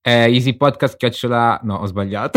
Easy Podcast @ no, ho sbagliato.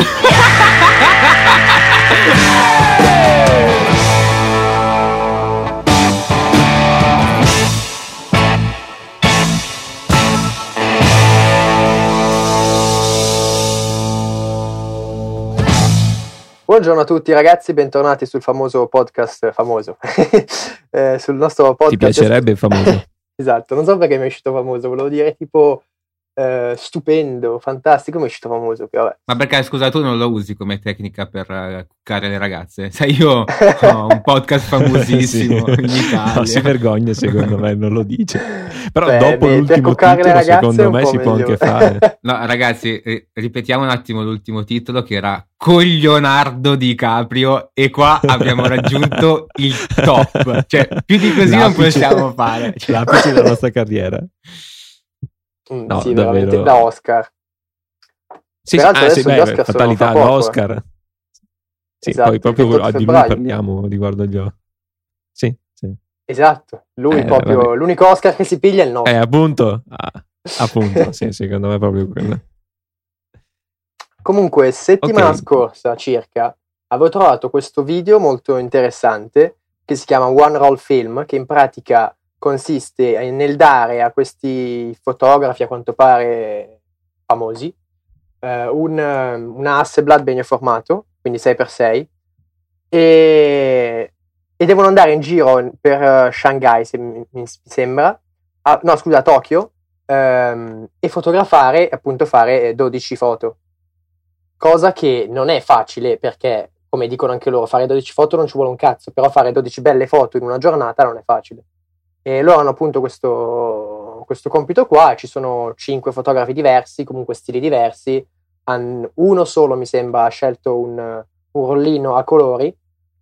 Buongiorno a tutti ragazzi, bentornati sul famoso podcast sul nostro podcast. Ti piacerebbe famoso? Esatto, non so perché mi è uscito famoso, volevo dire tipo stupendo, fantastico, mi è uscito famoso. Vabbè. Ma perché, scusa, tu non lo usi come tecnica per cuccare le ragazze? Sai, io ho un podcast famosissimo in Italia. No, si vergogna, secondo me, non lo dice. Però Beh, dopo l'ultimo titolo, secondo me si può anche fare. No, ragazzi, ripetiamo un attimo l'ultimo titolo, che era Coglionardo DiCaprio, e qua abbiamo raggiunto il top. Cioè, più di così non possiamo fare. L'apice della nostra carriera. No, sì, veramente da Oscar. Sì, fatalità all'Oscar. Sì, esatto, poi proprio di lui parliamo riguardo agli Oscar. Sì. Esatto, lui proprio l'unico Oscar che si piglia è il nostro. Appunto, sì, secondo me è proprio quello. Comunque, settimana scorsa circa avevo trovato questo video molto interessante che si chiama One Roll Film, che in pratica consiste nel dare a questi fotografi, a quanto pare famosi, un Hasselblad ben formato, quindi 6x6, e devono andare in giro per Shanghai, se mi sembra, a Tokyo, e fotografare, appunto fare 12 foto, cosa che non è facile perché, come dicono anche loro, fare 12 foto non ci vuole un cazzo, però fare 12 belle foto in una giornata non è facile. E loro hanno appunto questo compito qua, e ci sono 5 fotografi diversi, comunque stili diversi. Uno solo, mi sembra, ha scelto un rollino a colori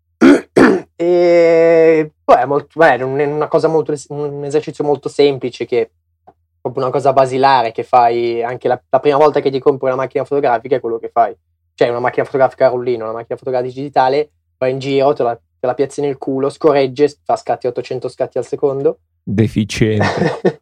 e poi è un esercizio molto semplice, che è proprio una cosa basilare che fai anche la prima volta che ti compri una macchina fotografica, è quello che fai. Cioè una macchina fotografica a rollino, una macchina fotografica digitale, vai in giro, te la piazzi nel culo, scorregge, fa 800 scatti al secondo. Deficiente.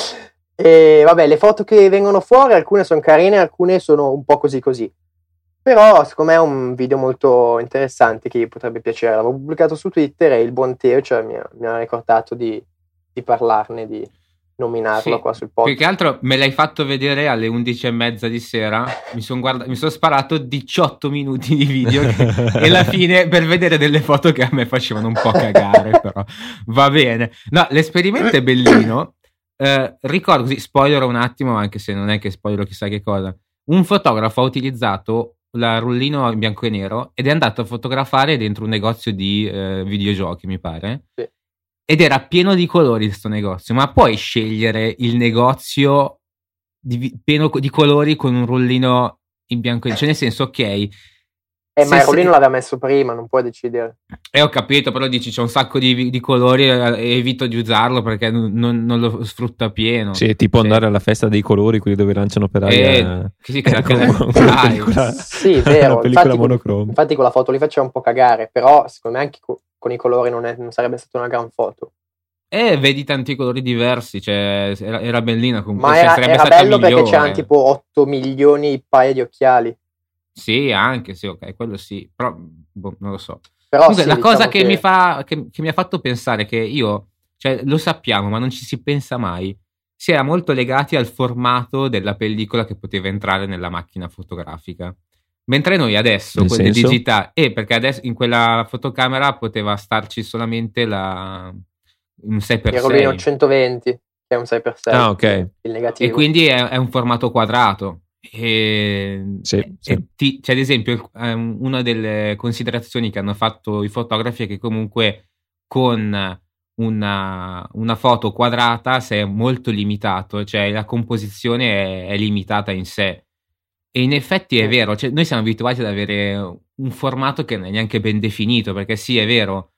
E vabbè, le foto che vengono fuori, alcune sono carine, alcune sono un po' così. Però secondo me è un video molto interessante che gli potrebbe piacere. L'avevo pubblicato su Twitter e il buon Teo mi ha ricordato di parlarne, di nominarlo qua sul podcast. Più che altro me l'hai fatto vedere alle 11:30 di sera, mi sono sparato 18 minuti di video e alla fine per vedere delle foto che a me facevano un po' cagare, però va bene. No, l'esperimento è bellino. Ricordo, così spoiler un attimo, anche se non è che spoiler chissà che cosa, un fotografo ha utilizzato la rullino in bianco e nero ed è andato a fotografare dentro un negozio di videogiochi, mi pare. Sì. Ed era pieno di colori questo negozio, ma puoi scegliere il negozio pieno di colori con un rullino in bianco e nero? Cioè, nel senso, ok. Ma il rullino l'aveva messo prima, non puoi decidere. Ho capito, però dici c'è un sacco di colori e evito di usarlo perché non lo sfrutta pieno. Sì, tipo andare alla festa dei colori, quelli dove lanciano per aria. Sì, sì, vero. Pellicola monocroma. Infatti con la foto li faceva un po' cagare, però secondo me anche con i colori non sarebbe stata una gran foto. Vedi tanti colori diversi, cioè era bellina comunque. Ma era bello perché c'erano tipo 8 milioni paia di occhiali. Sì, anche, sì, ok, quello sì, però non lo so. Però comunque sì, la cosa che mi ha fatto pensare che cioè lo sappiamo, ma non ci si pensa mai, si era molto legati al formato della pellicola che poteva entrare nella macchina fotografica. Mentre noi adesso, con le digitali, perché adesso in quella fotocamera poteva starci solamente un 6x6. Il rollino 120, che è un 6x6. Ah, ok. Il negativo. E quindi è un formato quadrato. Cioè, ad esempio, una delle considerazioni che hanno fatto i fotografi è che comunque con una foto quadrata sei molto limitato, cioè la composizione è limitata in sé. E in effetti è vero, cioè noi siamo abituati ad avere un formato che non è neanche ben definito, perché sì, è vero,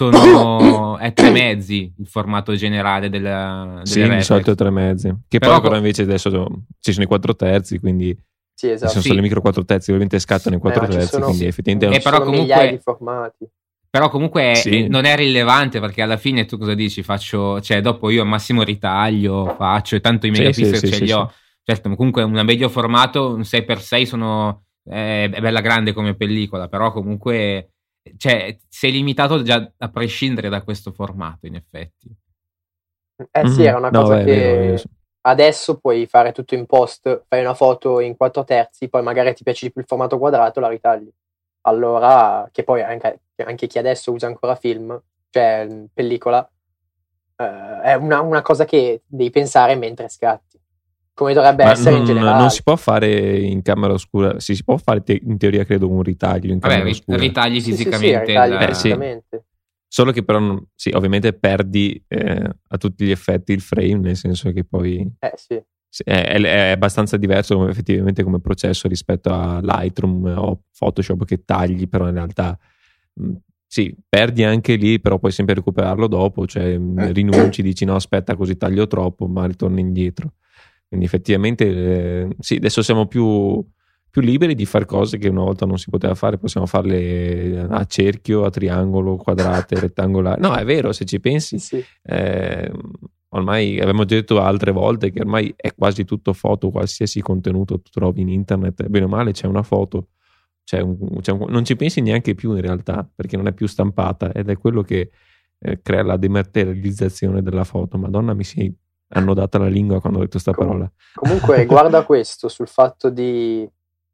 è 3 mezzi il formato generale delle di solito 3 mezzi, che però invece adesso ci sono i 4 terzi, quindi sì, esatto. Ci sono solo i micro 4 terzi, ovviamente scattano i 4 terzi, quindi effettivamente però comunque migliaia di formati. Però comunque non è rilevante, perché alla fine tu cosa dici? Dopo io al massimo ritaglio, faccio, e tanto i megapixel ce li ho. certo, comunque un medio formato, un 6x6 è bella grande come pellicola, però comunque cioè, sei limitato già a prescindere da questo formato, in effetti. Sì, era una cosa che adesso puoi fare tutto in post, fai una foto in 4/3, poi magari ti piace di più il formato quadrato, la ritagli. Allora, che poi anche chi adesso usa ancora film, cioè pellicola, è una cosa che devi pensare mentre scatti, come dovrebbe essere in generale. Non si può fare in camera oscura, sì, si può fare in teoria credo un ritaglio in camera oscura. Ritagli fisicamente. Fisicamente. Solo che però sì, ovviamente perdi a tutti gli effetti il frame, nel senso che poi è abbastanza diverso effettivamente come processo rispetto a Lightroom o Photoshop che tagli, però in realtà sì, perdi anche lì, però puoi sempre recuperarlo dopo, cioè rinunci, dici no aspetta così taglio troppo, ma ritorni indietro. Quindi effettivamente sì, adesso siamo più liberi di fare cose che una volta non si poteva fare, possiamo farle a cerchio, a triangolo, quadrate, rettangolari. No, è vero, se ci pensi, sì. Ormai abbiamo detto altre volte che ormai è quasi tutto foto, qualsiasi contenuto tu trovi in internet, bene o male c'è una foto, non ci pensi neanche più in realtà, perché non è più stampata, ed è quello che crea la dematerializzazione della foto. Madonna, mi si è annodata la lingua quando ho detto sta parola. Comunque riguardo a questo, sul fatto di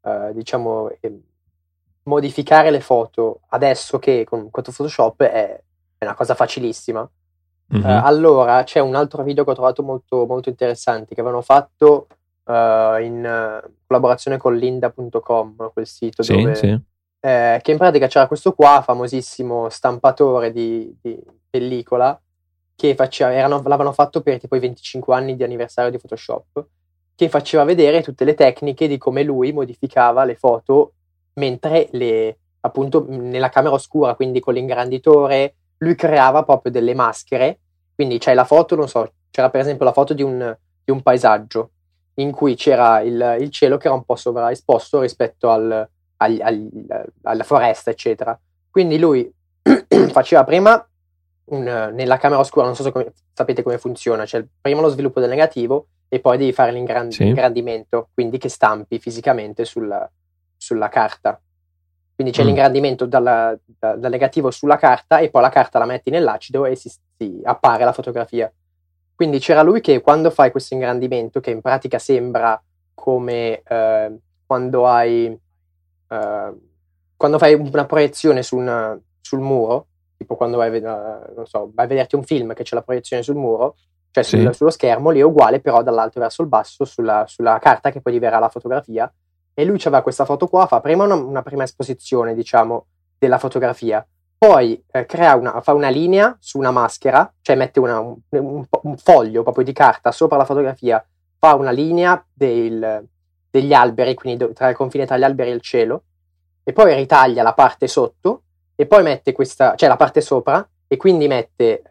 modificare le foto adesso che con Photoshop è una cosa facilissima. Allora c'è un altro video che ho trovato molto, molto interessante che avevano fatto in collaborazione con lynda.com, quel sito dove che in pratica c'era questo qua famosissimo stampatore di pellicola che l'avevano fatto per tipo i 25 anni di anniversario di Photoshop, che faceva vedere tutte le tecniche di come lui modificava le foto mentre appunto nella camera oscura, quindi con l'ingranditore. Lui creava proprio delle maschere, quindi c'hai la foto, non so, c'era per esempio la foto di un paesaggio in cui c'era il cielo che era un po' sovraesposto rispetto alla foresta, eccetera. Quindi lui faceva prima nella camera oscura, non so se sapete come funziona, cioè prima lo sviluppo del negativo e poi devi fare l'ingrandimento, quindi che stampi fisicamente sulla carta. Quindi c'è l'ingrandimento dal negativo sulla carta e poi la carta la metti nell'acido e si appare la fotografia. Quindi c'era lui che quando fai questo ingrandimento, che in pratica sembra come quando fai una proiezione sul muro, tipo quando vai a vederti un film che c'è la proiezione sul muro, cioè sullo schermo, lì è uguale però dall'alto verso il basso sulla carta che poi diverrà la fotografia. E lui aveva questa foto qua, fa prima una prima esposizione, diciamo, della fotografia, poi fa una linea su una maschera, cioè mette un foglio proprio di carta sopra la fotografia, fa una linea degli alberi, quindi tra il confine tra gli alberi e il cielo, e poi ritaglia la parte sotto, e poi mette la parte sopra, e quindi mette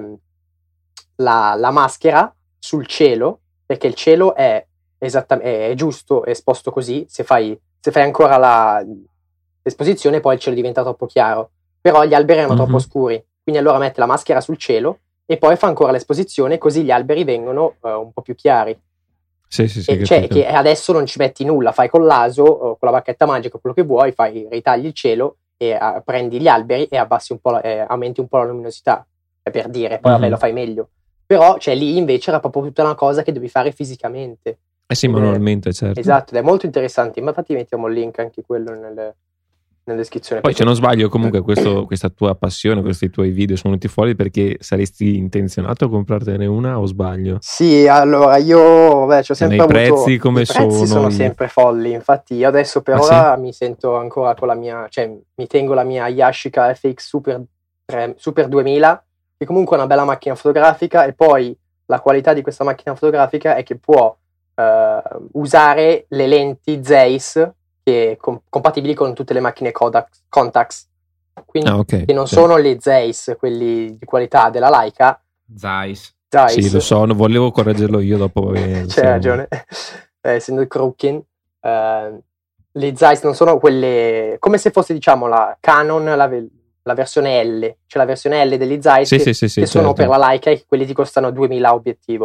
la maschera sul cielo, perché il cielo è giusto esposto così. Se fai ancora l'esposizione poi il cielo diventa troppo chiaro, però gli alberi erano troppo scuri, quindi allora mette la maschera sul cielo e poi fa ancora l'esposizione, così gli alberi vengono un po' più chiari. Che adesso non ci metti nulla, fai con l'ASO o con la bacchetta magica quello che vuoi, ritagli il cielo e prendi gli alberi e abbassi un po' aumenti un po' la luminosità, per dire, poi vabbè lo fai meglio, però lì invece era proprio tutta una cosa che devi fare fisicamente. Sì, manualmente, certo. Esatto, ed è molto interessante. Ma infatti mettiamo il link anche quello nella descrizione. Poi se non sbaglio comunque questa tua passione, questi tuoi video sono venuti fuori perché saresti intenzionato a comprartene una o sbaglio? Sì, allora io c'ho sempre avuto... I prezzi come sono? I prezzi sono sempre folli, infatti io adesso per ora mi sento ancora con la mia, cioè mi tengo la mia Yashica FX Super 2000, che comunque è una bella macchina fotografica, e poi la qualità di questa macchina fotografica è che può usare le lenti Zeiss che compatibili con tutte le macchine Contax, quindi che non sono le Zeiss, quelli di qualità della Leica. Zeiss. Sì, lo so, volevo correggerlo io dopo. C'è ragione, essendo il Krukin. Le Zeiss non sono quelle, come se fosse diciamo la Canon, la versione L, cioè la versione L degli Zeiss che sono per la Leica, e quelli ti costano 2000 obiettivo.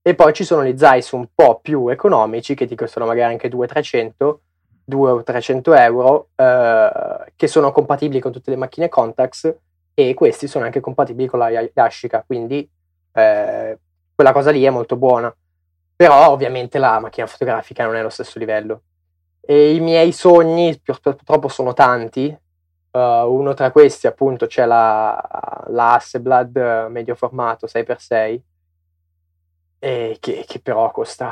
E poi ci sono gli Zeiss un po' più economici, che ti costano magari anche 200 o 300 euro, che sono compatibili con tutte le macchine Contax, e questi sono anche compatibili con la Yashica, quindi quella cosa lì è molto buona. Però ovviamente la macchina fotografica non è allo stesso livello. E i miei sogni purtroppo sono tanti. Uno tra questi appunto c'è la Hasselblad medio formato 6x6, e che però costa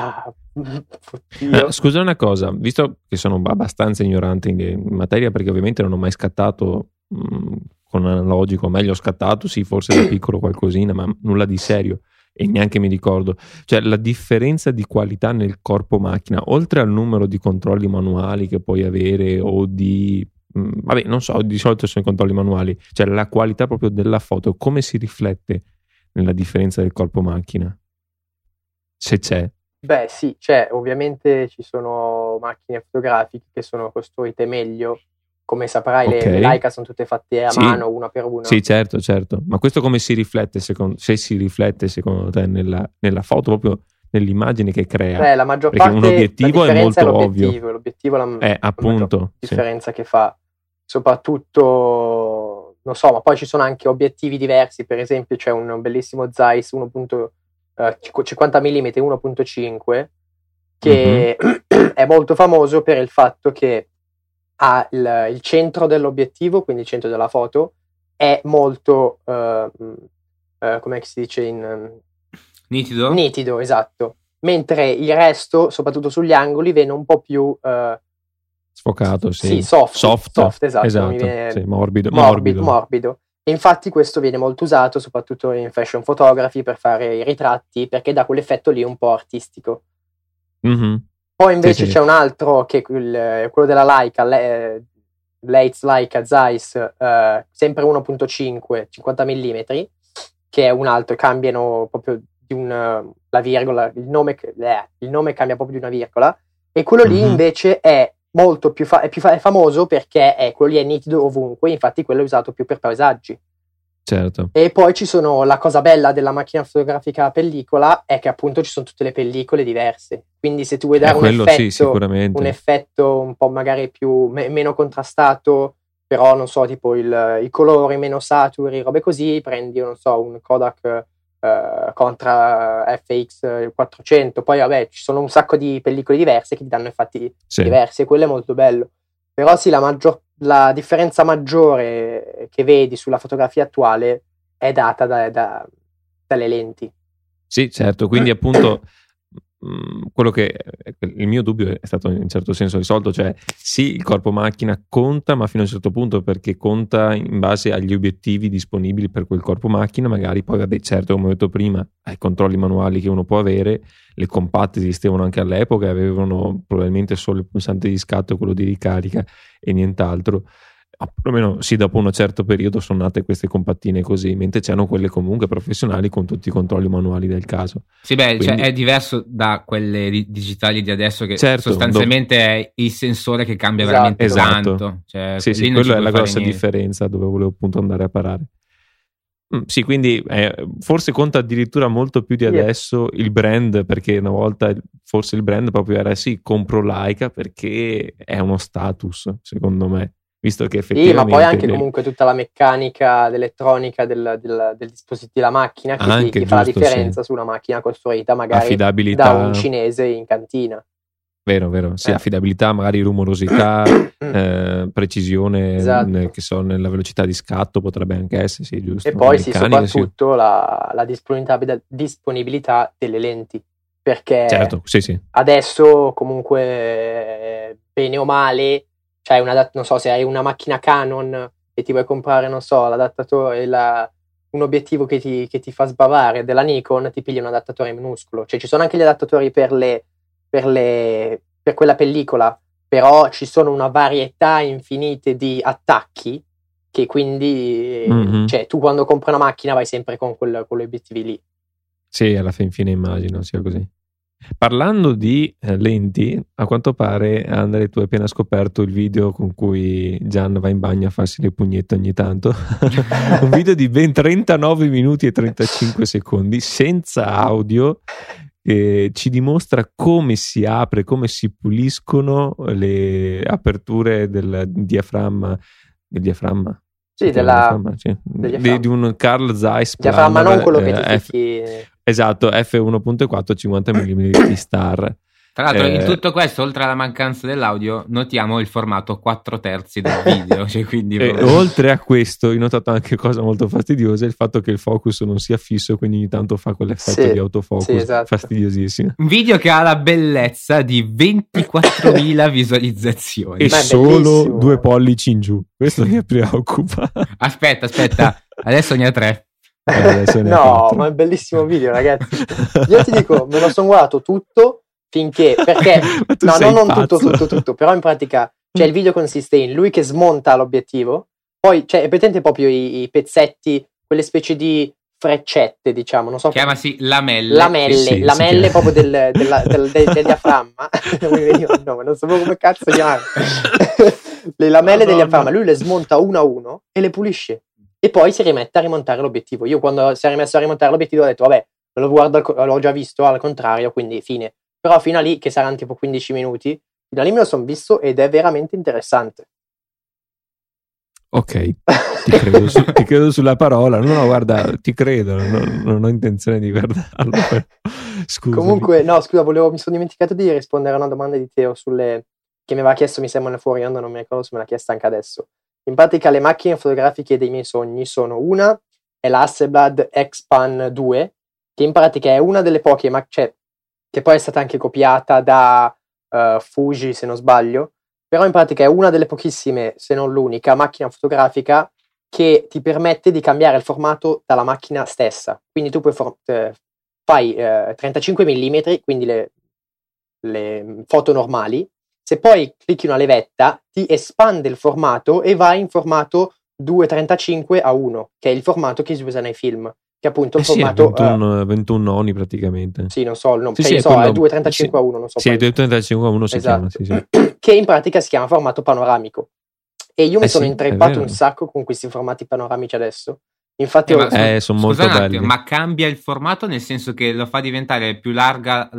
Scusa una cosa, visto che sono abbastanza ignorante in materia, perché ovviamente non ho mai scattato con analogico, o meglio ho scattato sì forse da piccolo qualcosina, ma nulla di serio, e neanche mi ricordo, cioè la differenza di qualità nel corpo macchina, oltre al numero di controlli manuali che puoi avere o di vabbè, non so, di solito sono i controlli manuali, cioè la qualità proprio della foto, come si riflette nella differenza del corpo macchina? Se c'è. Beh sì, c'è, ovviamente ci sono macchine fotografiche che sono costruite meglio, come saprai le Leica sono tutte fatte a mano, una per una. Sì, certo, ma questo come si riflette, se si riflette secondo te nella foto, proprio nell'immagine che crea? La maggior perché parte un obiettivo è molto ovvio. L'obiettivo è appunto, la differenza che fa, soprattutto, non so, ma poi ci sono anche obiettivi diversi. Per esempio c'è un bellissimo Zeiss 50 mm 1.5 che è molto famoso per il fatto che ha il centro dell'obiettivo, quindi il centro della foto è molto come si dice nitido, esatto, mentre il resto, soprattutto sugli angoli, viene un po' più sfocato, sì, soft, esatto. Sì, morbido. E infatti questo viene molto usato soprattutto in fashion photography per fare i ritratti, perché dà quell'effetto lì un po' artistico. Poi invece c'è un altro che è quello della Leica, Leitz Leica Zeiss, sempre 1.5 50 mm, che è un altro, cambiano proprio la virgola, il nome cambia proprio di una virgola, e quello lì invece è molto più è famoso perché quello lì è nitido ovunque, infatti quello è usato più per paesaggi. Certo. E poi ci sono, la cosa bella della macchina fotografica a pellicola è che appunto ci sono tutte le pellicole diverse, quindi se tu vuoi dare un effetto un po' magari più meno contrastato, però non so, tipo i colori meno saturi, robe così, prendi, non so, un Kodak Contra FX 400, poi vabbè ci sono un sacco di pellicole diverse che ti danno effetti diversi, e quello è molto bello. Però sì, la differenza maggiore che vedi sulla fotografia attuale è data dalle lenti. Sì, certo, quindi appunto quello che il mio dubbio è stato in un certo senso risolto, cioè sì, il corpo macchina conta, ma fino a un certo punto, perché conta in base agli obiettivi disponibili per quel corpo macchina, magari poi vabbè, certo, come ho detto prima, ai controlli manuali che uno può avere. Le compatte esistevano anche all'epoca e avevano probabilmente solo il pulsante di scatto e quello di ricarica e nient'altro. Perlomeno sì, dopo un certo periodo sono nate queste compattine così, mentre c'erano quelle comunque professionali con tutti i controlli manuali del caso. Sì, beh, quindi, cioè è diverso da quelle digitali di adesso, che sostanzialmente è il sensore che cambia veramente tanto. Cioè, sì, quella è la grossa differenza dove volevo appunto andare a parare. Sì, quindi forse conta addirittura molto più di adesso il brand, perché una volta forse il brand proprio era sì, compro Leica perché è uno status, secondo me. Visto che effettivamente ma poi anche comunque tutta la meccanica l'elettronica del dispositivo della macchina che fa la differenza su una macchina costruita magari da un cinese in cantina. Vero, sì, affidabilità, magari rumorosità, precisione, che so, nella velocità di scatto potrebbe anche essere, sì, giusto. E poi sì, soprattutto la disponibilità delle lenti, perché certo, sì. Adesso comunque bene o male, cioè non so, se hai una macchina Canon e ti vuoi comprare, non so, l'adattatore, un obiettivo che ti fa sbavare della Nikon, ti pigli un adattatore minuscolo. Cioè ci sono anche gli adattatori per quella pellicola, però ci sono una varietà infinite di attacchi che quindi cioè tu quando compri una macchina vai sempre con quegli obiettivi lì. Sì, alla fine immagino sia così. Parlando di lenti, a quanto pare, Andre, tu hai appena scoperto il video con cui Gian va in bagno a farsi le pugnette ogni tanto. Un video di ben 39 minuti e 35 secondi senza audio, che ci dimostra come si apre, come si puliscono le aperture del diaframma. Del diaframma? Sì, di un Carl Zeiss diaframma, non quello che ti ficchi. Esatto, f1.4 50 mm di star. Tra l'altro, in tutto questo, oltre alla mancanza dell'audio, notiamo il formato 4/3 del video. Cioè, quindi oltre a questo, ho notato anche cosa molto fastidiosa: il fatto che il focus non sia fisso, quindi ogni tanto fa quell'effetto di autofocus, esatto, fastidiosissimo. Un video che ha la bellezza di 24.000 visualizzazioni. E solo 2 pollici in giù. Questo mi preoccupa. Aspetta, adesso ne ha 3. No, ma è un bellissimo video, ragazzi. Io ti dico, me lo sono guardato tutto finché, perché no, non tutto, però in pratica, cioè, il video consiste in lui che smonta l'obiettivo, poi è presente proprio i pezzetti, quelle specie di freccette, diciamo, non so, chiamasi lamelle proprio del diaframma. No, ma non sapevo come cazzo chiamare. Le lamelle del diaframma, lui le smonta uno a uno e le pulisce. E poi si rimette a rimontare l'obiettivo. Io quando si è rimesso a rimontare l'obiettivo ho detto vabbè, me lo guardo, l'ho già visto al contrario, quindi fine. Però fino a lì, che saranno tipo 15 minuti, da lì me lo sono visto ed è veramente interessante. Ok, ti credo sulla parola. No, guarda, ti credo, non ho intenzione di guardarlo. Scusa. Comunque, no, scusa, mi sono dimenticato di rispondere a una domanda di Teo che mi aveva chiesto, mi sembra nel fuori onda, non mi ricordo se me l'ha chiesta anche adesso. In pratica le macchine fotografiche dei miei sogni sono una, è la Hasselblad X-Pan 2, che in pratica è una delle poche, che poi è stata anche copiata da Fuji se non sbaglio, però in pratica è una delle pochissime, se non l'unica, macchina fotografica che ti permette di cambiare il formato dalla macchina stessa. Quindi tu fai 35 mm, quindi le foto normali. Se poi clicchi una levetta, ti espande il formato e vai in formato 2:35:1, che è il formato che si usa nei film. Che è appunto il formato 21 noni praticamente. Sì, non so, è 2:35:1, non so. Sì, 2:35:1 si chiama, sì. Che in pratica si chiama formato panoramico. E io mi sono intreppato un sacco con questi formati panoramici adesso. Infatti sono molto belli. Ma cambia il formato nel senso che lo fa diventare più larga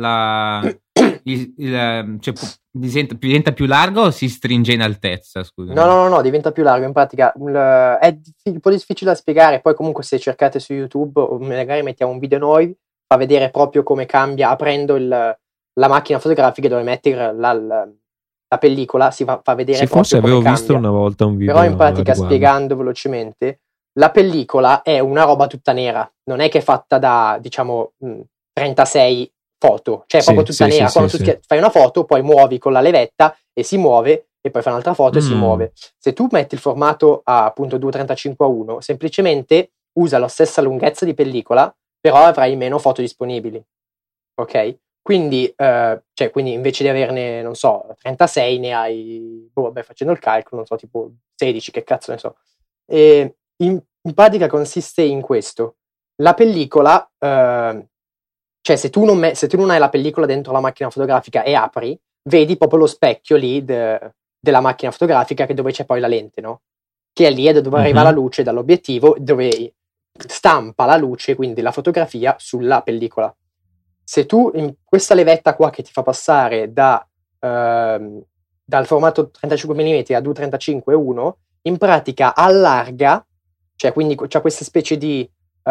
cioè diventa più largo o si stringe in altezza? Scusa. No, diventa più largo. In pratica è un po' difficile da spiegare. Poi comunque se cercate su YouTube o magari mettiamo un video noi, fa vedere proprio come cambia aprendo la macchina fotografica dove metti la pellicola, si fa vedere proprio forse come avevo cambia. visto una volta un video. Però in pratica, spiegando velocemente, la pellicola è una roba tutta nera, non è che è fatta da, diciamo, 36 foto, cioè è proprio tutta nera. Quando tu fai una foto, poi muovi con la levetta e si muove, e poi fai un'altra foto e si muove. Se tu metti il formato a appunto 2:35:1, semplicemente usa la stessa lunghezza di pellicola, però avrai meno foto disponibili. Ok? Quindi, quindi invece di averne, non so, 36 ne hai, facendo il calcolo, non so, tipo 16, che cazzo ne so. E in pratica consiste in questo: la pellicola, cioè se tu non hai la pellicola dentro la macchina fotografica e apri, vedi proprio lo specchio lì della macchina fotografica, che dove c'è poi la lente, no? Che è lì dove arriva la luce dall'obiettivo, dove stampa la luce, quindi la fotografia, sulla pellicola. Se tu in questa levetta qua che ti fa passare dal formato 35 mm a 2:35:1, in pratica allarga, cioè quindi c'ha questa specie di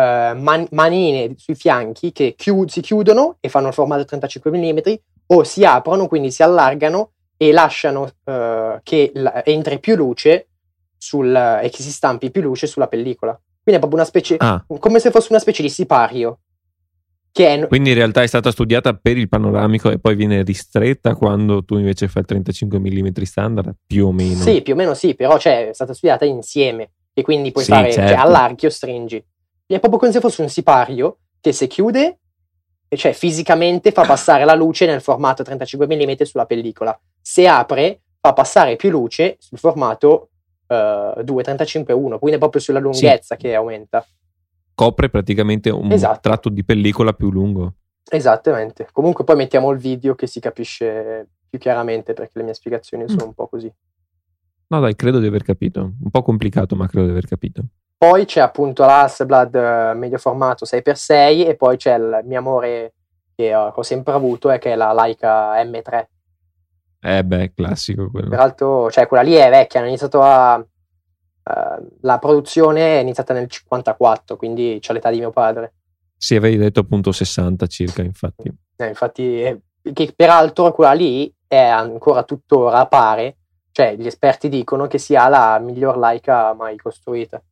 manine sui fianchi che si chiudono e fanno il formato 35 mm, o si aprono, quindi si allargano e lasciano che entri più luce e che si stampi più luce sulla pellicola. Quindi è proprio una specie, come se fosse una specie di sipario. Quindi in realtà è stata studiata per il panoramico e poi viene ristretta quando tu invece fai il 35 mm standard, più o meno. Sì, più o meno sì, però è stata studiata insieme e quindi puoi fare, certo, allarghi o stringi. È proprio come se fosse un sipario che se chiude, cioè fisicamente fa passare la luce nel formato 35 mm sulla pellicola. Se apre, fa passare più luce sul formato 2:35:1, quindi è proprio sulla lunghezza che aumenta. Copre praticamente un tratto di pellicola più lungo. Esattamente. Comunque poi mettiamo il video che si capisce più chiaramente, perché le mie spiegazioni sono un po' così. No dai, credo di aver capito. Un po' complicato, ma credo di aver capito. Poi c'è appunto la Hasselblad medio formato 6x6 e poi c'è il mio amore che ho sempre avuto, che è la Leica M3. Classico quello. Peraltro, cioè quella lì è vecchia, hanno iniziato la produzione è iniziata nel 54, quindi c'è l'età di mio padre. Sì, avevi detto appunto 60 circa, infatti. Infatti, che peraltro quella lì è ancora tuttora, pare, cioè gli esperti dicono che sia la miglior Leica mai costruita.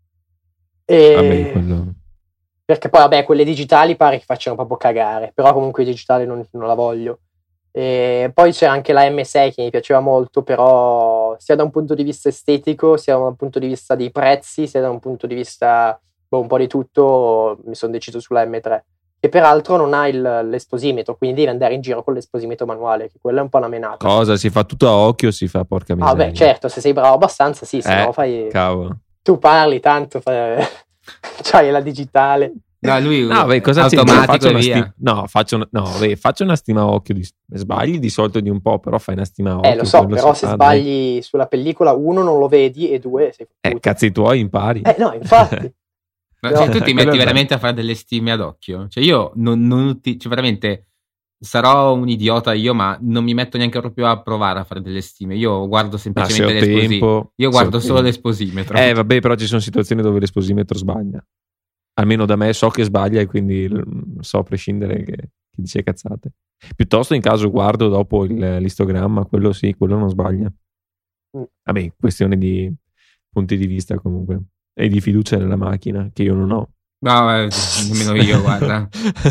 Perché poi quelle digitali pare che facciano proprio cagare, però comunque digitale non la voglio. E poi c'è anche la M6 che mi piaceva molto, però sia da un punto di vista estetico, sia da un punto di vista dei prezzi, sia da un punto di vista un po' di tutto, mi sono deciso sulla M3, che peraltro non ha l'esposimetro, quindi devi andare in giro con l'esposimetro manuale, che quella è un po' una menata. Cosa? Si fa tutto a occhio, si fa porca miseria. Certo, se sei bravo abbastanza, sì, se no fai... Cavolo. Tu parli tanto, c'hai la digitale. Cosa automatico via. Faccio una stima a occhio, sbagli di solito di un po', però fai una stima a occhio. Lo so, però se sbagli sulla pellicola, 1 non lo vedi e 2 sei fottuto. Cazzi tuoi, impari. No, infatti. Cioè, tu ti metti veramente a fare delle stime ad occhio? Cioè io veramente sarò un idiota io, ma non mi metto neanche proprio a provare a fare delle stime. Io guardo semplicemente l'esposimetro. Io guardo solo l'esposimetro. Vabbè, però ci sono situazioni dove l'esposimetro sbaglia. Almeno da me so che sbaglia e quindi so a prescindere che dice cazzate. Piuttosto in caso guardo dopo l'istogramma, quello non sbaglia. Vabbè, questione di punti di vista comunque. E di fiducia nella macchina, che io non ho. No, nemmeno io, guarda.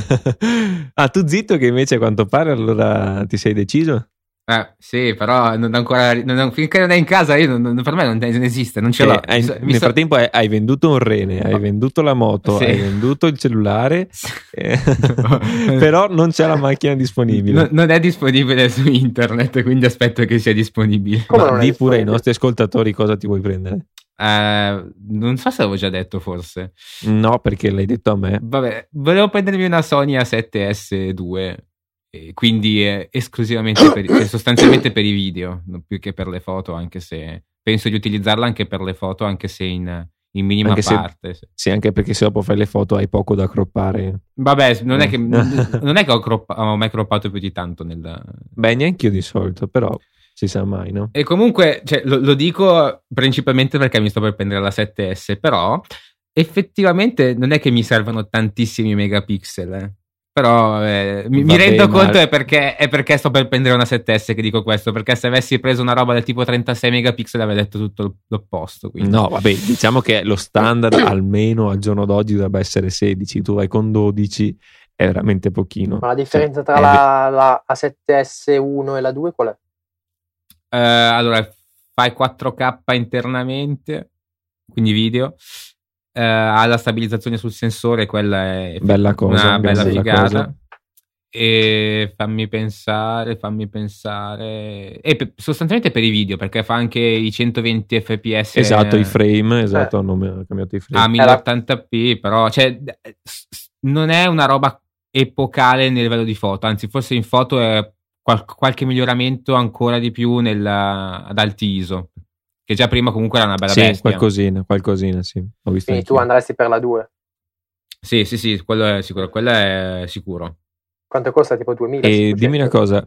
Tu zitto che invece a quanto pare allora ti sei deciso? Sì, però finché non è in casa io per me non esiste, non ce l'ho. Nel frattempo hai venduto un rene, hai venduto la moto, hai venduto il cellulare, però non c'è la macchina disponibile. Non è disponibile su internet, quindi aspetto che sia disponibile. Di pure ai nostri ascoltatori cosa ti vuoi prendere? Non so se l'avevo già detto, forse. No, perché l'hai detto a me. Vabbè, volevo prendermi una Sony A7S2. Quindi esclusivamente sostanzialmente per i video, non più che per le foto, anche se penso di utilizzarla anche per le foto, anche se in minima parte. Sì, anche perché se dopo fai le foto hai poco da croppare. Vabbè, non è che ho mai croppato più di tanto neanche io di solito, però si sa mai, no? E comunque, lo dico principalmente perché mi sto per prendere la 7S, però effettivamente non è che mi servono tantissimi megapixel, Però mi rendo conto è perché sto per prendere una 7S che dico questo, perché se avessi preso una roba del tipo 36 megapixel avrei detto tutto l'opposto. Quindi. No, vabbè, diciamo che lo standard almeno al giorno d'oggi dovrebbe essere 16, tu vai con 12, è veramente pochino. Ma la differenza tra la A7S1 e la 2 qual è? Allora, fai 4K internamente, quindi video. Ha la stabilizzazione sul sensore, quella è bella cosa, una bella figata. Cosa. E fammi pensare e sostanzialmente per i video, perché fa anche i 120 fps, esatto, i frame, esatto, hanno cambiato i frame a 1080p, però non è una roba epocale nel livello di foto, anzi forse in foto è qualche miglioramento ancora di più ad alti ISO, che già prima comunque era una bella bestia. Qualcosina, sì. Ho visto. Quindi tu andresti per la 2? Sì, quello è sicuro. Quanto costa? Tipo 2000? E dimmi una cosa,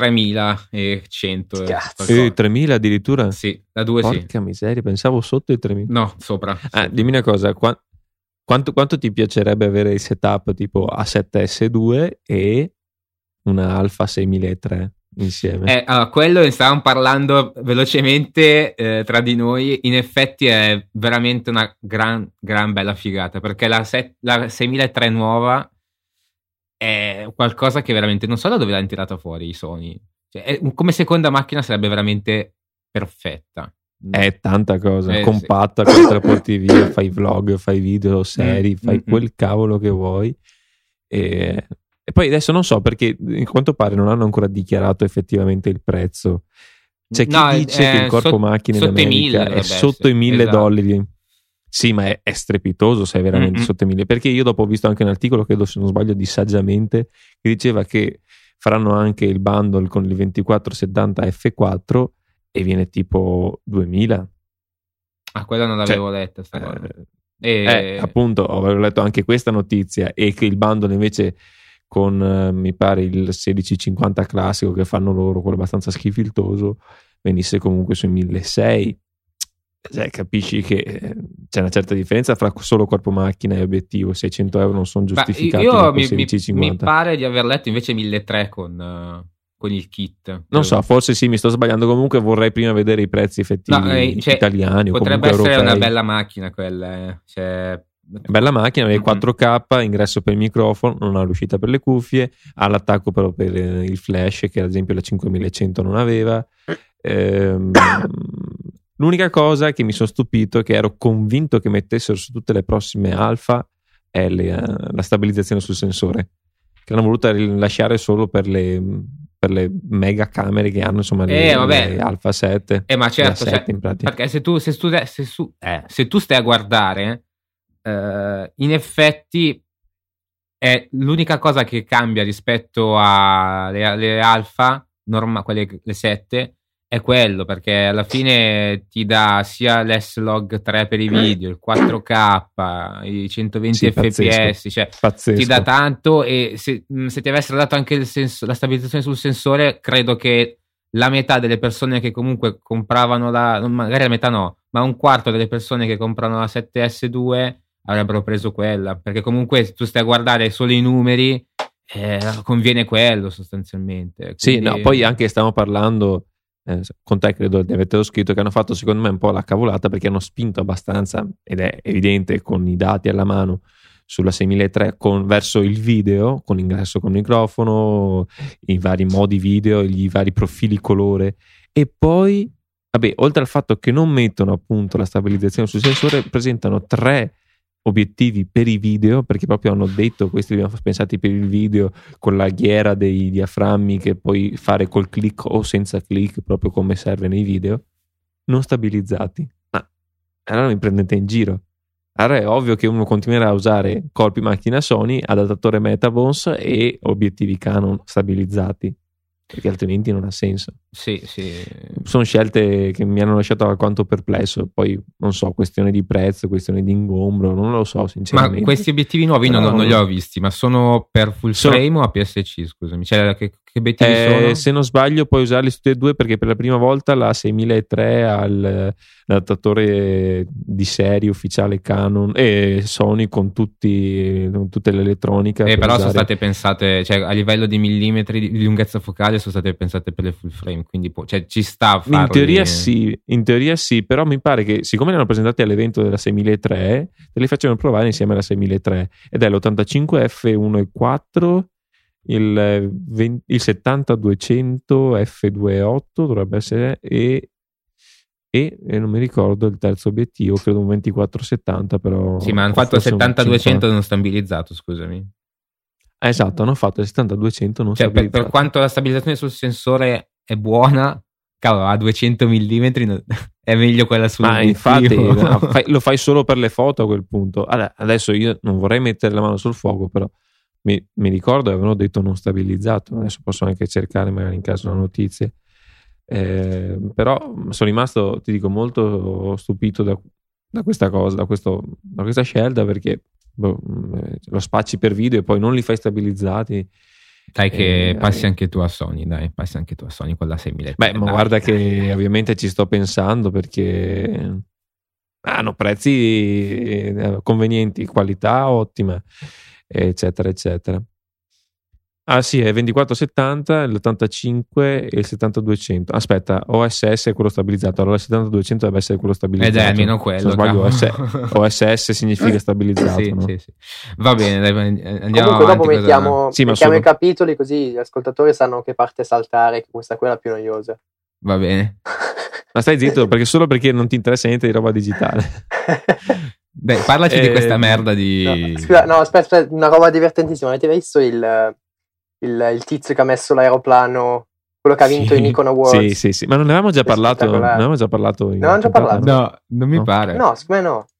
3100. 3000 addirittura? Sì, la 2 sì. Porca miseria, pensavo sotto i 3000. No, sopra. Dimmi una cosa, quanto ti piacerebbe avere il setup tipo A7S2 e una Alfa 6003 insieme? Quello ne stavamo parlando velocemente tra di noi. In effetti è veramente una gran bella figata, perché la 6003 nuova è qualcosa che veramente non so da dove l'hanno tirata fuori i Sony, come seconda macchina sarebbe veramente perfetta. È tanta cosa, compatta, sì. Con te la porti via, fai vlog, fai video, serie, fai quel cavolo che vuoi. E poi adesso non so, perché a quanto pare non hanno ancora dichiarato effettivamente il prezzo. C'è chi dice che il corpo macchina in America è sotto i $1.000. Sì, ma è strepitoso se è veramente sotto 1000, perché io dopo ho visto anche un articolo, credo se non sbaglio di Saggiamente, che diceva che faranno anche il bundle con il 2470 F4 e viene tipo 2000. Quella non l'avevo letta sta cosa. Appunto, avevo letto anche questa notizia, e che il bundle invece con mi pare il 1650 classico che fanno loro, quello abbastanza schifiltoso, venisse comunque sui 1600. Capisci che c'è una certa differenza fra solo corpo macchina e obiettivo. 600 euro non sono giustificati. Io mi pare di aver letto invece 1300 con il kit. Non so, forse sì, mi sto sbagliando. Comunque vorrei prima vedere i prezzi effettivi italiani. Potrebbe essere europei. Una bella macchina quella. Bella macchina, aveva 4K, ingresso per il microfono, non ha l'uscita per le cuffie, ha l'attacco però per il flash, che ad esempio la 5100 non aveva. L'unica cosa che mi sono stupito, che ero convinto che mettessero su tutte le prossime alfa, è la stabilizzazione sul sensore, che hanno voluto rilasciare solo per le mega camere che hanno, insomma, le Alpha 7. Ma certo, 7 in pratica. Perché se tu stai a guardare, in effetti è l'unica cosa che cambia rispetto alle Alpha quelle le 7, è quello, perché alla fine ti dà sia l'S-Log 3 per i video, il 4K, i 120 fps, cioè ti dà tanto. E se ti avessero dato anche la stabilizzazione sul sensore, credo che la metà delle persone che comunque compravano magari la metà no, ma un quarto delle persone che comprano la 7S2 avrebbero preso quella, perché comunque tu stai a guardare solo i numeri, conviene quello sostanzialmente. Quindi... Sì, no, poi anche stiamo parlando, con te credo di avertelo scritto, che hanno fatto secondo me un po' la cavolata, perché hanno spinto abbastanza, ed è evidente con i dati alla mano, sulla 6300 verso il video, con ingresso con microfono, i vari modi video, i vari profili colore, e poi oltre al fatto che non mettono appunto la stabilizzazione sul sensore, presentano 3 obiettivi per i video, perché proprio hanno detto questi li abbiamo pensati per il video, con la ghiera dei diaframmi che puoi fare col click o senza click, proprio come serve nei video, non stabilizzati. Ma allora mi prendete in giro. Allora è ovvio che uno continuerà a usare corpi macchina Sony, adattatore Metabons e obiettivi Canon stabilizzati, perché altrimenti non ha senso. Sì. Sono scelte che mi hanno lasciato alquanto perplesso. Poi non so, questione di prezzo, questione di ingombro, non lo so sinceramente. Ma questi obiettivi nuovi non li ho visti, ma sono per full frame o APS-C, scusami? Cioè, che obiettivi sono? Se non sbaglio puoi usarli tutti e due, perché per la prima volta la 6300 ha l'adattatore di serie ufficiale Canon e Sony con tutte l'elettronica. Però sono state pensate, cioè a livello di millimetri di lunghezza focale, sono state pensate per le full frame, quindi ci sta a farli. In teoria sì, però mi pare che siccome li hanno presentati all'evento della 6300, te li facevano provare insieme alla 6300, ed è l'85 f1.4, il 70-200 f2.8 dovrebbe essere, e non mi ricordo il terzo obiettivo, credo un 24-70, però sì, ma hanno fatto il 70-200 non stabilizzato, scusami. Esatto, hanno fatto il 70-200 non stabilizzato. Per quanto la stabilizzazione sul sensore è buona, cavolo, a 200 mm è meglio quella sull'obiettivo. Ma infatti lo fai solo per le foto a quel punto. Adesso io non vorrei mettere la mano sul fuoco, però mi ricordo che avevano detto non stabilizzato. Adesso posso anche cercare magari in caso una notizia. Però sono rimasto, ti dico, molto stupito da questa cosa, da questa scelta, perché lo spacci per video e poi non li fai stabilizzati. Dai che passi anche tu a Sony, con la 6000. Ma guarda che ovviamente ci sto pensando, perché hanno prezzi convenienti, qualità ottima, eccetera eccetera. Ah sì, è 2470, l'85 e il 7200. Aspetta, OSS è quello stabilizzato, allora il 7200 deve essere quello stabilizzato. Ed è almeno quello. Se non sbaglio, OSS significa stabilizzato. Sì, no? sì. Va bene, dai, andiamo comunque avanti. Dopo mettiamo i capitoli, così gli ascoltatori sanno che parte saltare, che questa qui è la più noiosa. Va bene. Ma stai zitto, solo perché non ti interessa niente di roba digitale. Dai, parlaci di questa merda di... No, aspetta, una roba divertentissima. Avete visto il tizio che ha messo l'aeroplano, quello che ha vinto i Nikon Awards? Sì, ma non ne avevamo già parlato? No, non mi pare. No,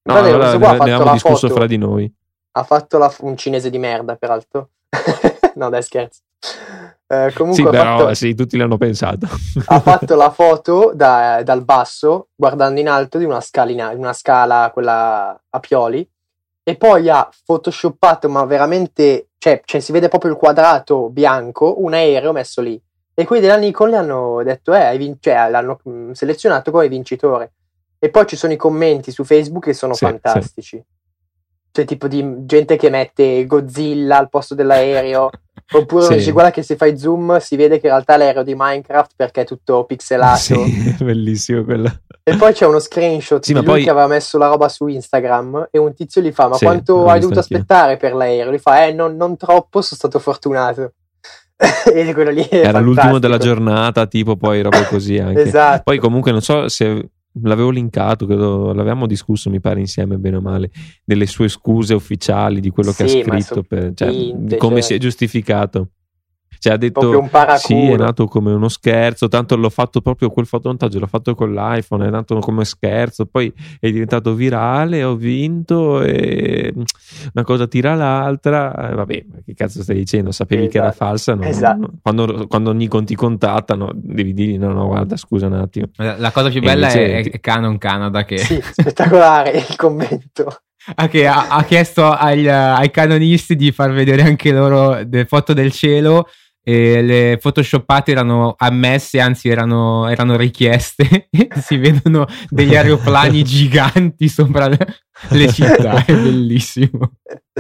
No, allora ne abbiamo discusso fra di noi. Ha fatto un cinese di merda, peraltro. No, dai, scherzo. Comunque sì, però sì, tutti l'hanno pensato. Ha fatto la foto dal basso, guardando in alto di una scala, quella a pioli, e poi ha photoshoppato, ma veramente, cioè si vede proprio il quadrato bianco, un aereo messo lì. E quelli della Nikon le hanno detto, l'hanno selezionato come vincitore. E poi ci sono i commenti su Facebook che sono fantastici. Sì. Cioè, tipo di gente che mette Godzilla al posto dell'aereo. Oppure dice, guarda che se fai zoom si vede che in realtà è l'aereo di Minecraft perché è tutto pixelato. Sì, bellissimo quello. E poi c'è uno screenshot di lui che aveva messo la roba su Instagram e un tizio gli fa, ma quanto hai dovuto aspettare per l'aereo? Gli fa, non troppo, sono stato fortunato. E quello lì era l'ultimo della giornata, tipo, poi roba così anche. Esatto. Poi comunque non so se l'avevo linkato, credo l'avevamo discusso, mi pare, insieme, bene o male, delle sue scuse ufficiali, di quello che ha scritto, di come si è giustificato. Cioè ha detto sì, è nato come uno scherzo, tanto l'ho fatto proprio quel fotomontaggio, l'ho fatto con l'iPhone, è nato come scherzo, poi è diventato virale, ho vinto e una cosa tira l'altra. Vabbè, ma che cazzo stai dicendo? Sapevi che era falsa? No? Esatto. Quando Nikon ti contattano devi dirgli no, guarda, scusa un attimo. La cosa più bella è Canon Canada, che sì, spettacolare il commento. Che ha chiesto ai canonisti di far vedere anche loro le foto del cielo, e le photoshoppate erano ammesse, anzi erano richieste. Si vedono degli aeroplani giganti sopra le città, è bellissimo.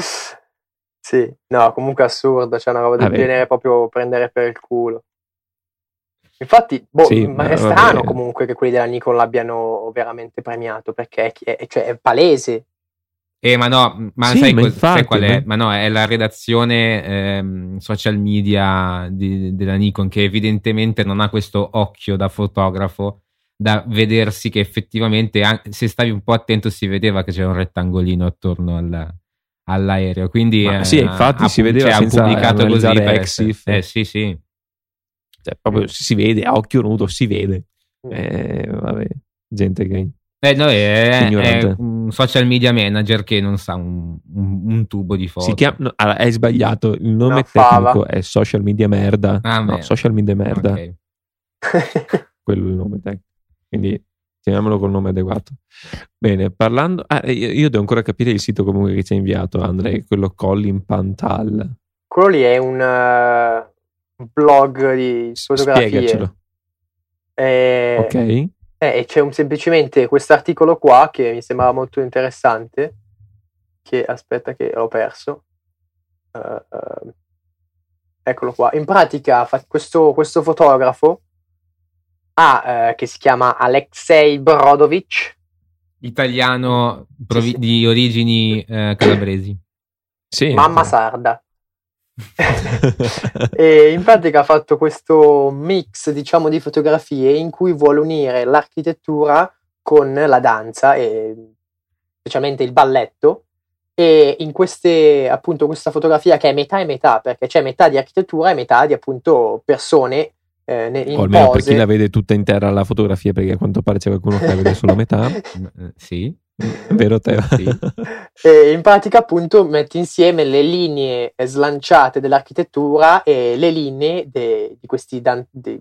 Sì, no, comunque assurdo, c'è una roba del genere proprio prendere per il culo. Infatti, ma è strano comunque che quelli della Nikon l'abbiano veramente premiato, perché è palese. Ma no, ma sì, sai qual è? Ma no, è la redazione social media della Nikon, che evidentemente non ha questo occhio da fotografo da vedersi che effettivamente, se stavi un po' attento, si vedeva che c'era un rettangolino attorno all'aereo. Quindi sì, infatti si vedeva, ha pubblicato così per Exif. Sì. Cioè, proprio si vede a occhio nudo, si vede. Vabbè, gente che no, è un social media manager che non sa un tubo di foto. Hai sbagliato, il nome tecnico è social media merda. Social media merda. Okay. Quello è il nome tecnico. Quindi chiamiamolo col nome adeguato. Bene, parlando, io devo ancora capire il sito comunque che ci hai inviato, Andrei, quello Colin Pantal. Quello lì è un blog di fotografie. Spiegacelo. Ok. E c'è semplicemente quest'articolo qua che mi sembrava molto interessante, che aspetta che l'ho perso. Eccolo qua. In pratica questo fotografo che si chiama Alexei Brodovich, italiano di origini calabresi. Sì, mamma sarda. E in pratica ha fatto questo mix, diciamo, di fotografie in cui vuole unire l'architettura con la danza e specialmente il balletto, e in appunto questa fotografia che è metà e metà, perché c'è metà di architettura e metà di appunto persone in almeno pose. Per chi la vede tutta intera la fotografia, perché a quanto pare c'è qualcuno che la vede solo metà. Sì, vero Teo? Sì. E in pratica appunto metti insieme le linee slanciate dell'architettura e le linee di questi Ma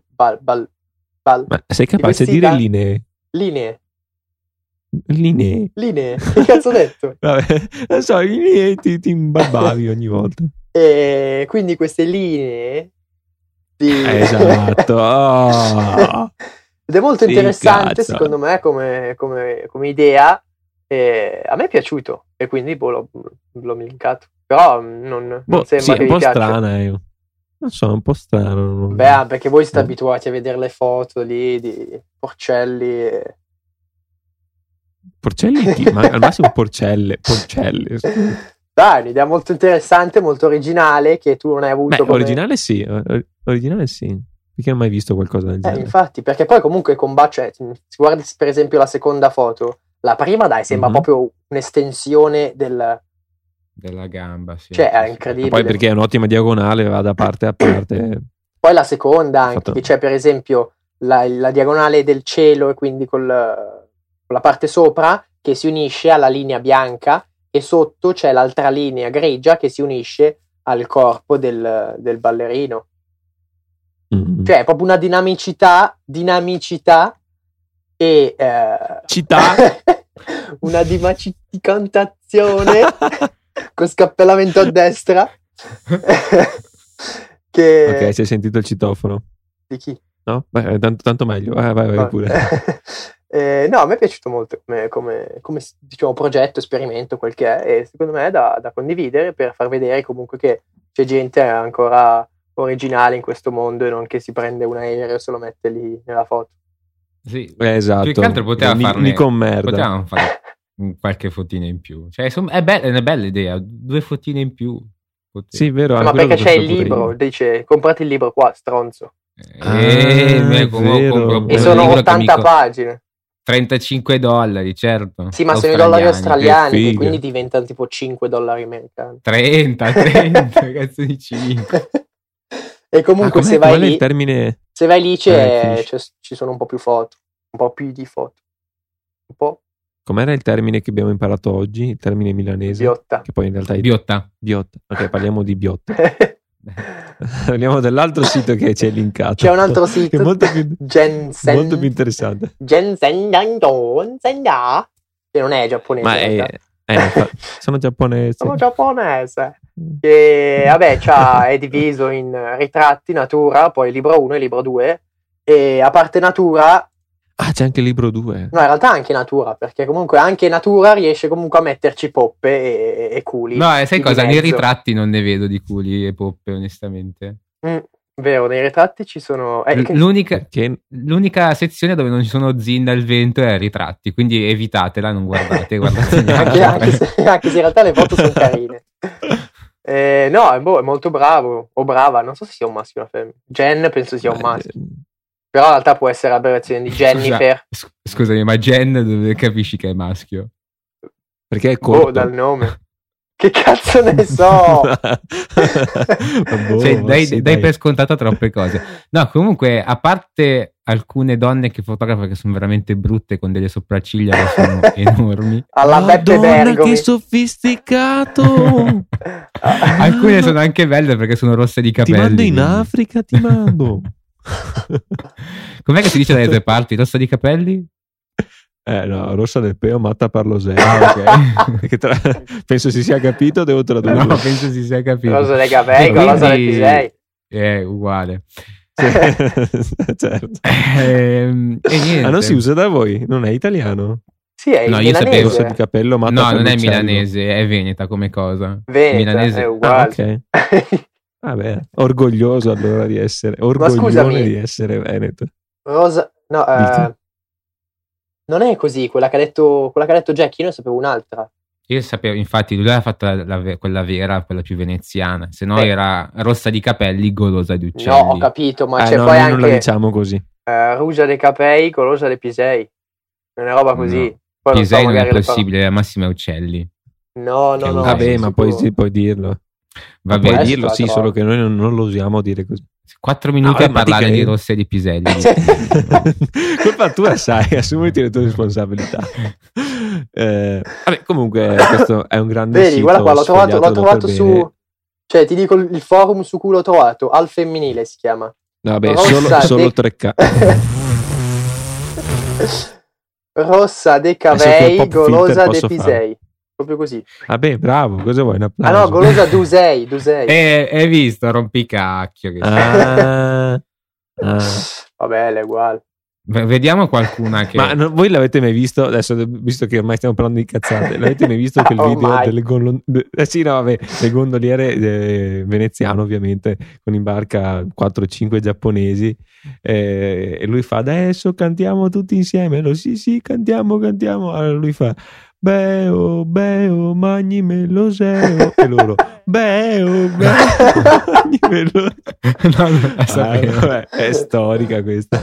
sei capace di dire linee? Linee? Che cazzo ho detto? Vabbè, non so, linee ti imbarbavi ogni volta. E quindi queste linee esatto. Ed è molto interessante, secondo me, come idea. A me è piaciuto e quindi l'ho linkato. Però non sembra che è un po' vi piaccia. Strana, io non so, è un po' strano. Beh, perché voi siete abituati a vedere le foto lì di Porcelli Porcelli? Ma al massimo Porcelle. Dai, un'idea molto interessante, molto originale, che tu non hai avuto. Originale sì, perché non ho mai visto qualcosa del genere. Infatti, perché poi comunque se guardi per esempio la seconda foto, la prima sembra proprio un'estensione della gamba, sì. Cioè è incredibile. Poi perché è un'ottima diagonale, va da parte a parte. Poi la seconda anche, che c'è per esempio la diagonale del cielo, e quindi con la parte sopra che si unisce alla linea bianca e sotto c'è l'altra linea grigia che si unisce al corpo del ballerino. Cioè è proprio una dinamicità e città una dimacicantazione con scappellamento a destra che... Ok, si è sentito il citofono di chi? No? Beh, tanto meglio, vai pure. No, a me è piaciuto molto come diciamo progetto, esperimento, quel che è, e secondo me è da condividere per far vedere comunque che c'è gente ancora originale in questo mondo e non che si prende un aereo e se lo mette lì nella foto. Sì, esatto. Più che altro potevamo fare qualche fotina in più. Cioè, è una bella idea, 2 fotine in più. Sì, vero. Ma perché c'è il libro, dice comprate il libro qua, stronzo. E sono 80 pagine. $35, certo. Sì, ma sono i dollari australiani, che quindi diventano tipo $5 americani. 30, cazzo di 5. E comunque se vai lì, se vai lì ci sono un po' più foto, un po' più di foto. Un po'. Com'era il termine che abbiamo imparato oggi? Il termine milanese? Biotta. Che poi in realtà è Biotta. Ok, parliamo di biotta. Parliamo dell'altro sito che c'è linkato. C'è un altro sito, molto più interessante. Jensen, che non è giapponese. Ma sono giapponese. Che vabbè, è diviso in ritratti, natura, poi libro 1 e libro 2. E a parte natura. Ah, c'è anche il libro 2. No, in realtà anche natura, perché comunque anche natura riesce comunque a metterci poppe e culi. No, sai cosa? Nei ritratti non ne vedo di culi e poppe, onestamente. Vero, nei ritratti ci sono... L'unica sezione dove non ci sono zin al vento è ritratti, quindi evitatela, non guardate anche se in realtà le foto sono carine. No, è molto bravo, o brava, non so se sia un maschio o una femmina. Jen penso sia un maschio. Però in realtà può essere l'abbreviazione di Jennifer. Scusami, ma Jen dove capisci che è maschio? Perché è corto. Dal nome. Che cazzo ne so? Dai per scontato troppe cose. No, comunque, a parte alcune donne che fotografano che sono veramente brutte con delle sopracciglia che sono enormi. Alla Beppe Bergomi. Che sofisticato! Alcune sono anche belle perché sono rosse di capelli. Ti mando in Africa, ti mando. Com'è che si dice dalle tue parti? Rossa di capelli? No, rossa del peo, matta per lo zero. Ok. Penso si sia capito, devo tradurre. No, penso si sia capito. Rosa dei capelli, rosa del pisei. È uguale. Certo. E niente. Non si usa da voi? Non è italiano? Sì, è no, milanese. Io sapevo rossa di capello, matta no, per non è l'uccello. milanese, è veneta come cosa. Veneta, milanese. è uguale. Ok. Vabbè, orgoglioso allora di essere di essere veneto. Rosa, no, non è così, quella che ha detto Jack, io ne sapevo un'altra. Io sapevo, infatti, lui aveva fatto quella vera, quella più veneziana, se no era rossa di capelli, golosa di uccelli. No, ho capito, ma c'è poi noi anche non la diciamo così. Rugia dei capelli, golosa dei pisei. È una roba così. No. Poi Pisei non è possibile, la massima è uccelli. No. Vabbè, ma puoi dirlo. Vabbè, puoi dirlo, sì, solo che noi non lo usiamo a dire così. 4 minuti a parlare di rosse e di piselli. Colpa tua, sai, assumiti le tue responsabilità. Vabbè, comunque questo è un grande Vedi, sito. Guarda qua, l'ho trovato su... Cioè, ti dico il forum su cui l'ho trovato, Al Femminile si chiama. Vabbè, solo 3K. Rossa de Cavei, golosa de Pisei. Proprio così. Vabbè, bravo, cosa vuoi? Un applauso? Ah no, golosa Dusei. Hai visto, rompicacchio. Che Vabbè, è uguale. Vediamo qualcuna che... Ma voi l'avete mai visto? Adesso, visto che ormai stiamo parlando di cazzate, l'avete mai visto quel video delle le gondoliere veneziano, ovviamente, con in barca 4-5 giapponesi, e lui fa: adesso cantiamo tutti insieme. Sì, cantiamo. Allora lui fa: Beo, magni me lo seo. E loro: Beo, magni me lo è storica questa.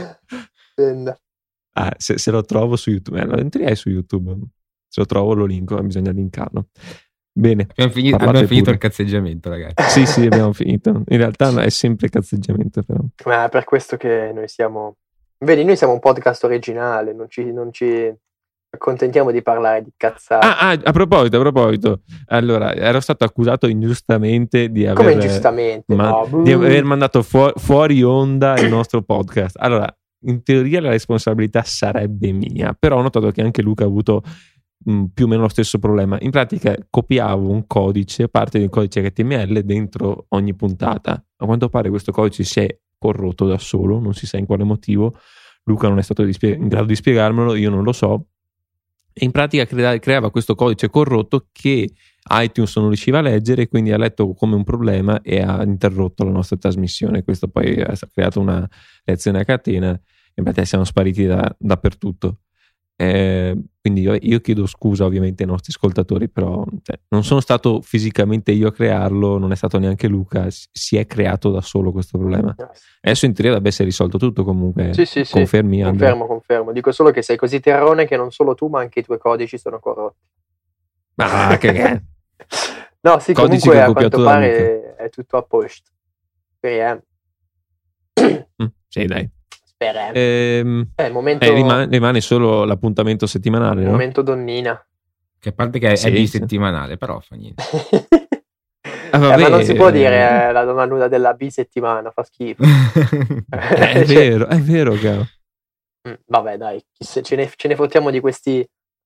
Se lo trovo su YouTube, non è su YouTube. Se lo trovo lo linko, bisogna linkarlo. Bene, abbiamo finito il cazzeggiamento, ragazzi. Sì, abbiamo finito. In realtà è sempre cazzeggiamento, però. Ma è per questo che noi siamo... Vedi, noi siamo un podcast originale, non ci accontentiamo di parlare di cazzate. A proposito, allora, ero stato accusato ingiustamente di aver, come ingiustamente? di aver mandato fuori onda il nostro podcast. Allora, in teoria la responsabilità sarebbe mia, però ho notato che anche Luca ha avuto più o meno lo stesso problema. In pratica copiavo un codice, parte del codice HTML dentro ogni puntata. A quanto pare questo codice si è corrotto da solo, non si sa in quale motivo. Luca non è stato in grado di spiegarmelo, io non lo so. E in pratica creava questo codice corrotto che iTunes non riusciva a leggere, quindi ha letto come un problema e ha interrotto la nostra trasmissione. Questo poi ha creato una reazione a catena e in pratica siamo spariti dappertutto. Quindi io chiedo scusa ovviamente ai nostri ascoltatori, però non sono stato fisicamente io a crearlo, non è stato neanche Luca, si è creato da solo questo problema. Adesso in teoria dovrebbe essere risolto tutto comunque. Sì. Confermi? Confermo. Dico solo che sei così terrone che non solo tu ma anche i tuoi codici sono corrotti. Ma che no, sì, codici comunque a quanto pare è tutto a posto. Speriamo. Sì, dai. Momento... rimane solo l'appuntamento settimanale, no? Momento donnina. Che a parte che è bisettimanale, però fa niente. Ma non si può dire la donna nuda della bisettimana, fa schifo. È vero, caro. Vabbè, dai, ce ne fottiamo di questi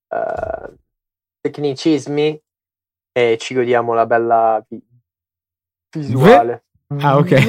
tecnicismi e ci godiamo la bella visuale. Ah, ok.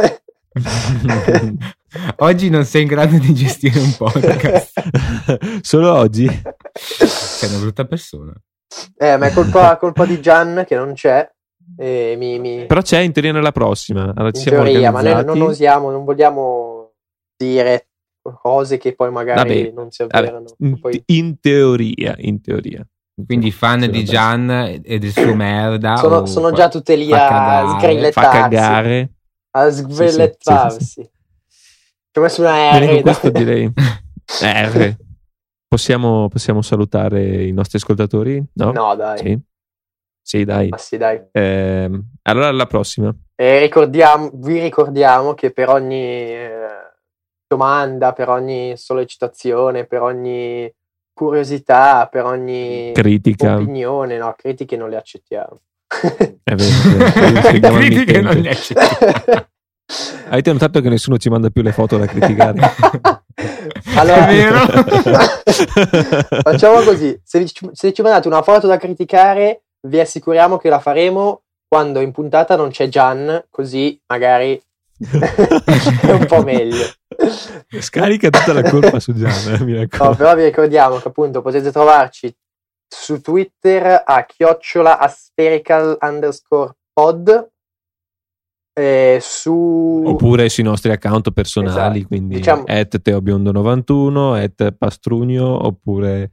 Oggi non sei in grado di gestire un podcast. Solo oggi? Sei una brutta persona. Ma è colpa di Gian che non c'è. Però c'è in teoria nella prossima. Allora, in teoria, ma noi non vogliamo dire cose che poi magari non si avverano. In teoria. Quindi fan di Gian e del suo merda. Sono già tutte lì a sgrillettarsi. Fa cagare. A sgrillettarsi. Sì. Ci ho messo una R. Bene, con questo direi R. Possiamo salutare i nostri ascoltatori? No, dai. Sì, dai. Ma sì, dai. Allora alla prossima. Vi ricordiamo che per ogni domanda, per ogni sollecitazione, per ogni curiosità, per ogni critica, opinione, critiche non le accettiamo. È vero. Critiche non le accettiamo. Avete notato che nessuno ci manda più le foto da criticare? Allora, è vero. Facciamo così: se ci mandate una foto da criticare, vi assicuriamo che la faremo quando in puntata non c'è Gian, così magari è un po' meglio. Scarica tutta la colpa su Gian, mi raccomando. No, però vi ricordiamo che appunto potete trovarci su Twitter a @aspherical_pod. Oppure sui nostri account personali, esatto. Quindi diciamo @teobiondo91, @pastrugno, oppure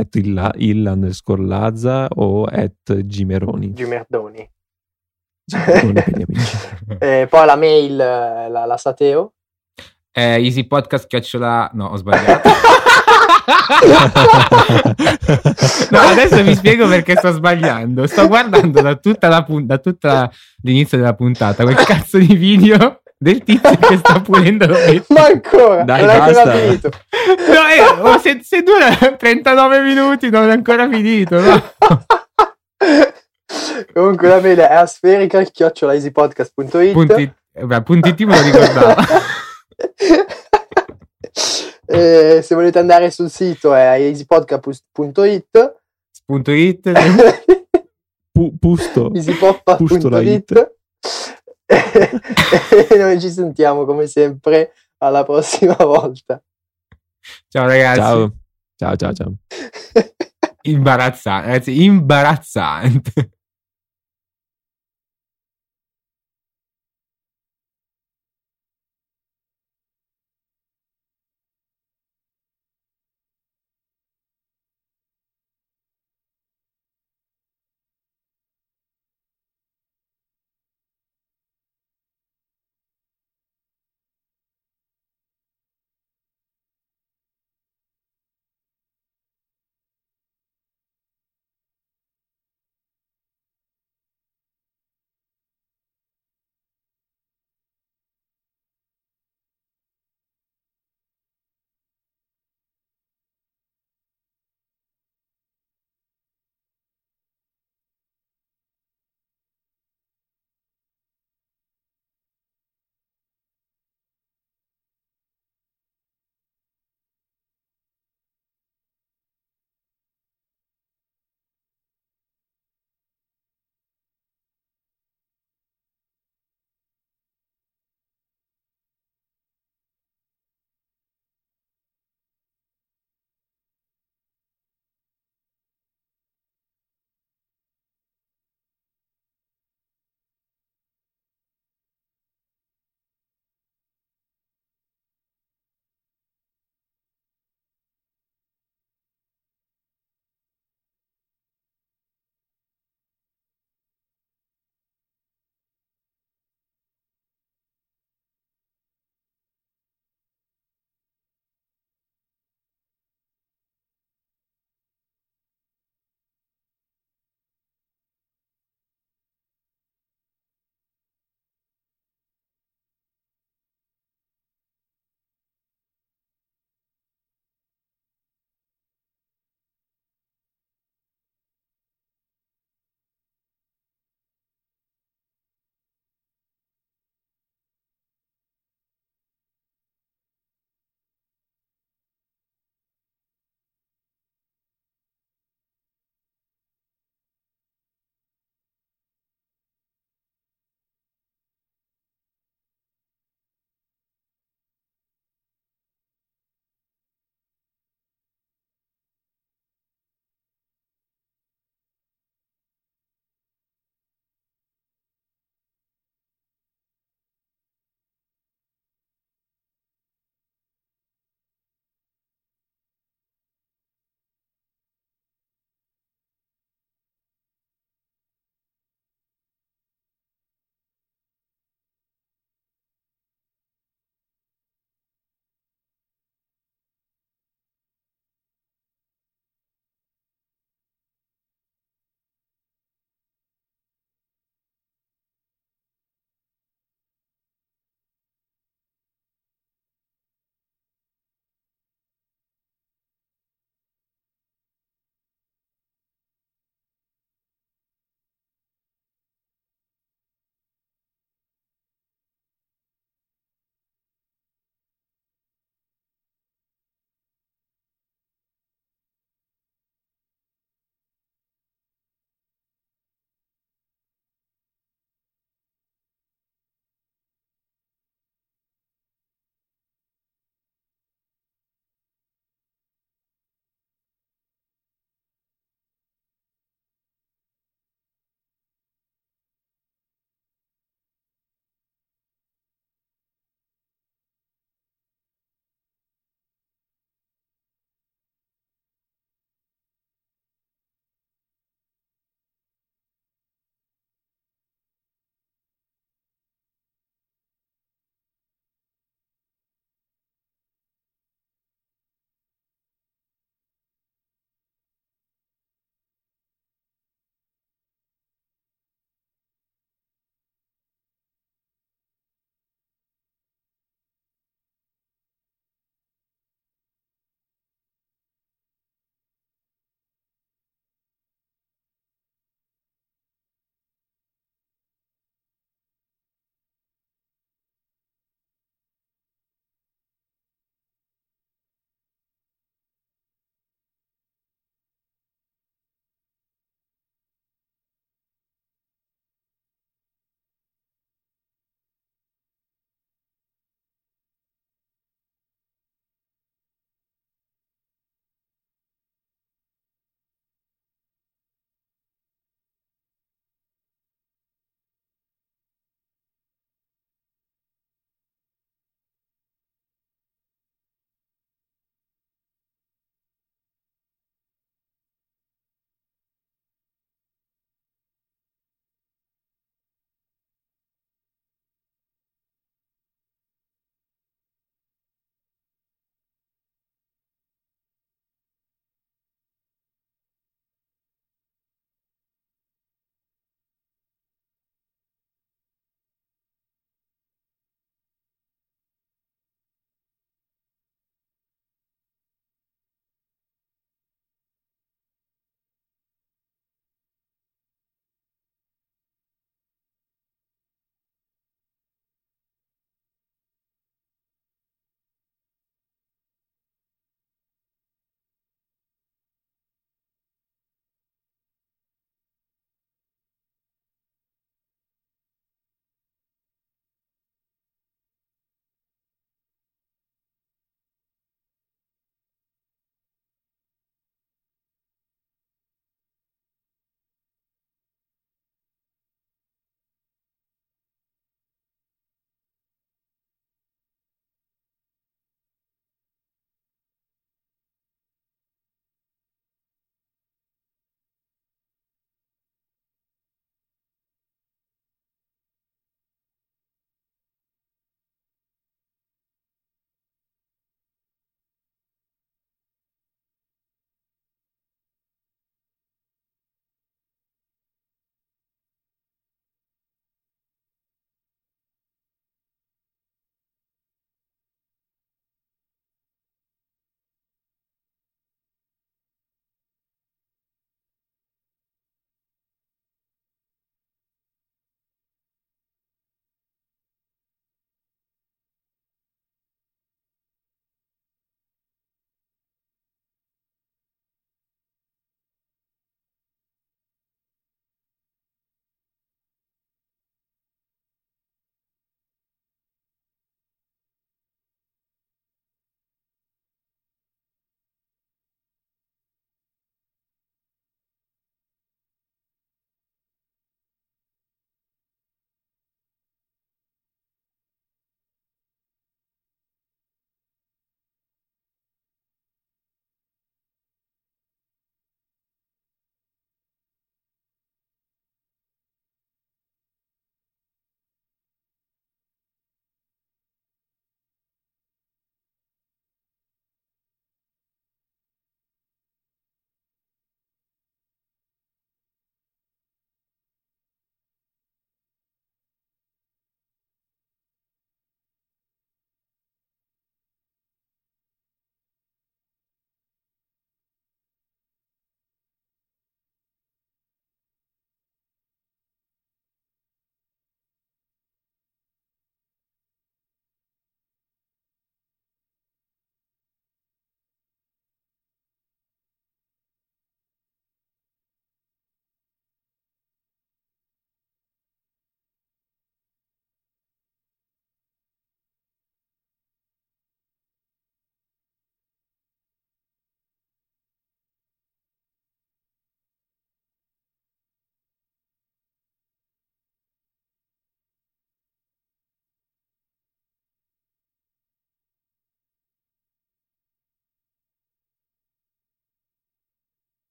@il_lazza o @gimeroni. Gimerdoni per gli amici. Poi la mail la Sateo easypodcast / no, ho sbagliato. No, adesso vi spiego perché sto sbagliando. Sto guardando da tutta l'inizio della puntata quel cazzo di video del tizio che sta pulendo. Ma ancora? Dai, non è ancora basta. finito. No, se dura 39 minuti non è ancora finito, no? Comunque la mail è aspherical@easypodcast.it. .it me lo ricordavo. Se volete andare sul sito è easypodcast.it. easypoppa.it. E noi ci sentiamo come sempre alla prossima volta. Ciao ragazzi. Ciao. Imbarazzante.